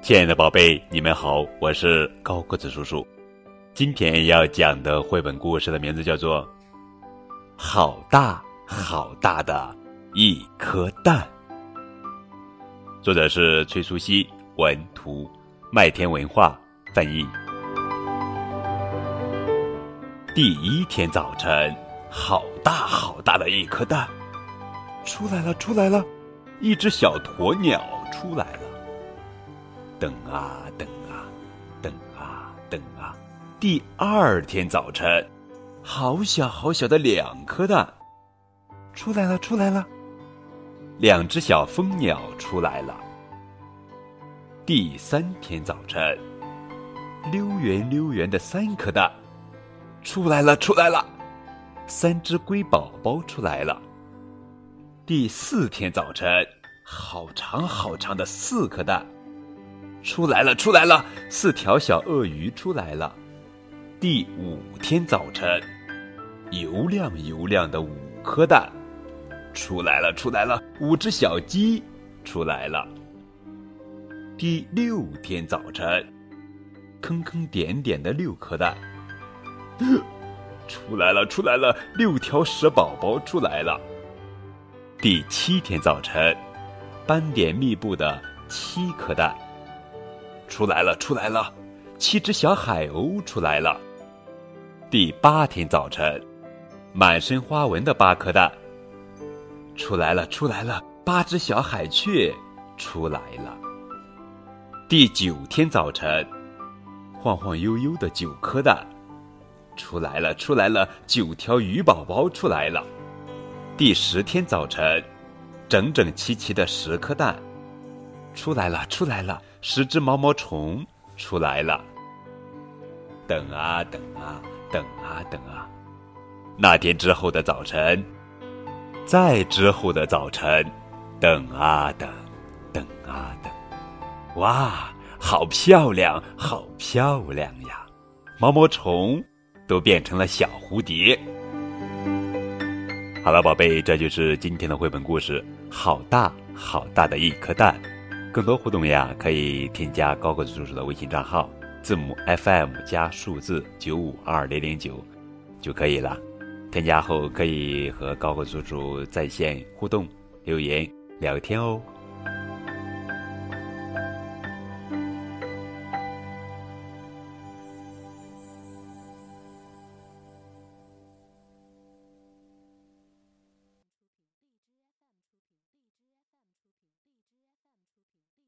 亲爱的宝贝，你们好，我是高个子叔叔。今天要讲的绘本故事的名字叫做《好大好大的一颗蛋》，作者是崔淑熙，文图麦田文化翻译。第一天早晨，好大好大的一颗蛋出来了，一只小鸵鸟出来了。等啊等啊等啊等啊，第二天早晨，好小好小的2颗蛋出来了，2只小蜂鸟出来了。第三天早晨，溜圆的3颗蛋出来了，3只龟宝宝出来了。第4天早晨，好长的4颗蛋出来了，4条小鳄鱼出来了。第5天早晨，油亮的5颗蛋出来了，5只小鸡出来了。第6天早晨，坑点的6颗蛋出来了，6条蛇宝宝出来了。第7天早晨，斑点密布的7颗蛋出来了，7只小海鸥出来了。第8天早晨，满身花纹的8颗蛋出来了，8只小海雀出来了。第9天早晨，晃悠的9颗蛋出来了，9条鱼宝宝出来了。第10天早晨，整齐的10颗蛋出来了，10只毛毛虫出来了。等啊，那天之后的早晨，再之后的早晨，等啊等，哇，好漂亮呀！毛毛虫都变成了小蝴蝶。好了，宝贝，这就是今天的绘本故事，好大好大的一颗蛋。更多互动呀，可以添加高个子叔叔的微信账号，字母 FM 加数字952009就可以了。添加后可以和高个子叔叔在线互动、留言、聊天哦。